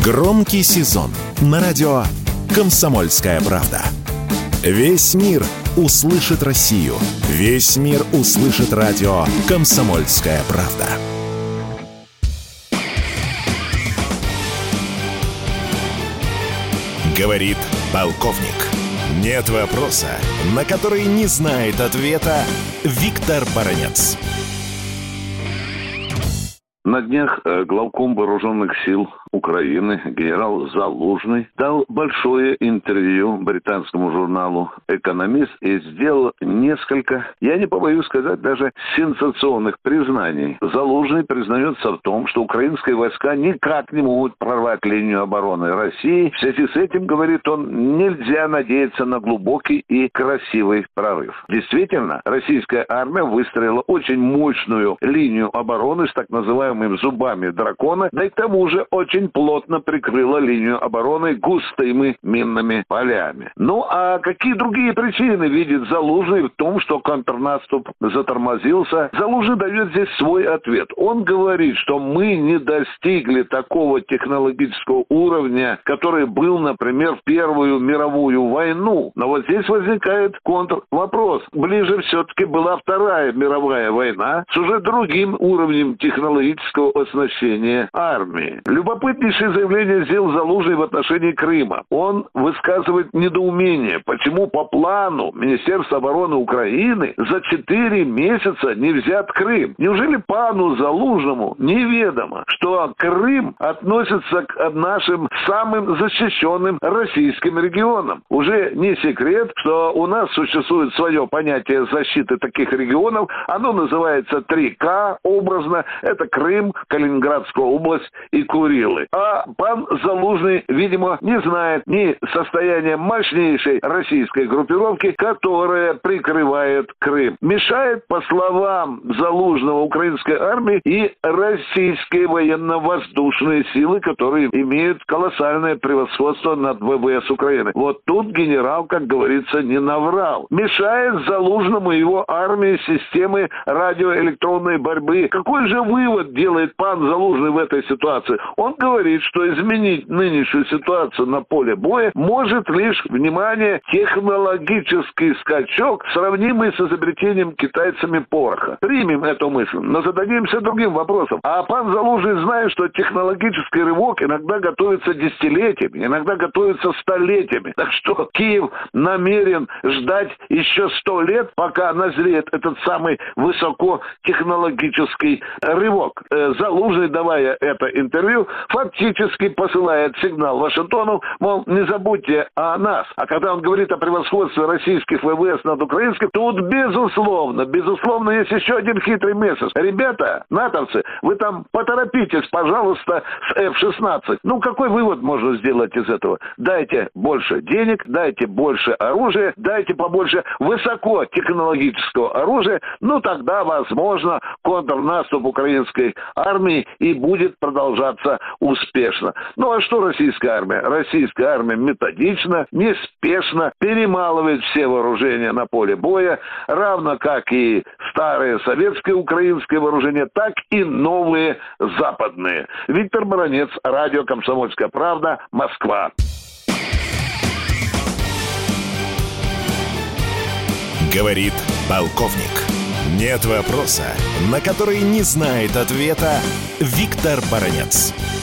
Громкий сезон на радио «Комсомольская правда». Весь мир услышит Россию. Весь мир услышит радио «Комсомольская правда». Говорит полковник. Нет вопроса, на который не знает ответа Виктор Баранец. На днях главком вооруженных сил Украины генерал Залужный дал большое интервью британскому журналу «Экономист» и сделал несколько, я не побоюсь сказать, даже сенсационных признаний. Залужный признается в том, что украинские войска никак не могут прорвать линию обороны России. В связи с этим, говорит он, нельзя надеяться на глубокий и красивый прорыв. Действительно, российская армия выстроила очень мощную линию обороны с так называемыми зубами дракона, да и к тому же очень плотно прикрыла линию обороны густыми минными полями. Ну а какие другие причины видит Залужный в том, что контрнаступ затормозился? Залужный дает здесь свой ответ. Он говорит, что мы не достигли такого технологического уровня, который был, например, в Первую мировую войну. Но вот здесь возникает контрвопрос. Ближе все-таки была Вторая мировая война с уже другим уровнем технологического оснащения армии. Любопытнейшее заявление сделал Залужный в отношении Крыма. Он высказывает недоумение, почему по плану Министерства обороны Украины за 4 месяца не взят Крым. Неужели пану Залужному неведомо, что Крым относится к нашим самым защищенным российским регионам? Уже не секрет, что у нас существует свое понятие защиты таких регионов. Оно называется 3К образно. Это Крым, Калининградская область и Курилы. А пан Залужный, видимо, не знает ни состояния мощнейшей российской группировки, которая прикрывает Крым. Мешает, по словам Залужного, украинской армии и российские военно-воздушные силы, которые имеют колоссальное превосходство над ВВС Украины. Вот тут генерал, как говорится, не наврал. Мешает Залужному его армии системы радиоэлектронной борьбы. Какой же вывод делает пан Залужный в этой ситуации? Он говорит, что изменить нынешнюю ситуацию на поле боя может лишь, внимание, технологический скачок, сравнимый с изобретением китайцами пороха. Примем эту мысль, но зададимся другим вопросом. А пан Залужный знает, что технологический рывок иногда готовится десятилетиями, иногда готовится столетиями. Так что Киев намерен ждать еще 100 лет, пока назреет этот самый высокотехнологический рывок. Залужный, давая это интервью, фактически посылает сигнал Вашингтону, мол, не забудьте о нас. А когда он говорит о превосходстве российских ВВС над украинским, тут безусловно, есть еще один хитрый месседж. Ребята, натовцы, вы там поторопитесь, пожалуйста, с F-16. Ну, какой вывод можно сделать из этого? Дайте больше денег, дайте больше оружия, дайте побольше высокотехнологического оружия, ну, тогда, возможно, контрнаступ украинской армии и будет продолжаться успешно. Ну а что российская армия? Российская армия методично, неспешно перемалывает все вооружения на поле боя, равно как и старые советское украинское вооружение, так и новые западные. Виктор Баранец, радио «Комсомольская правда», Москва. Говорит полковник. Нет вопроса, на который не знает ответа Виктор Баранец.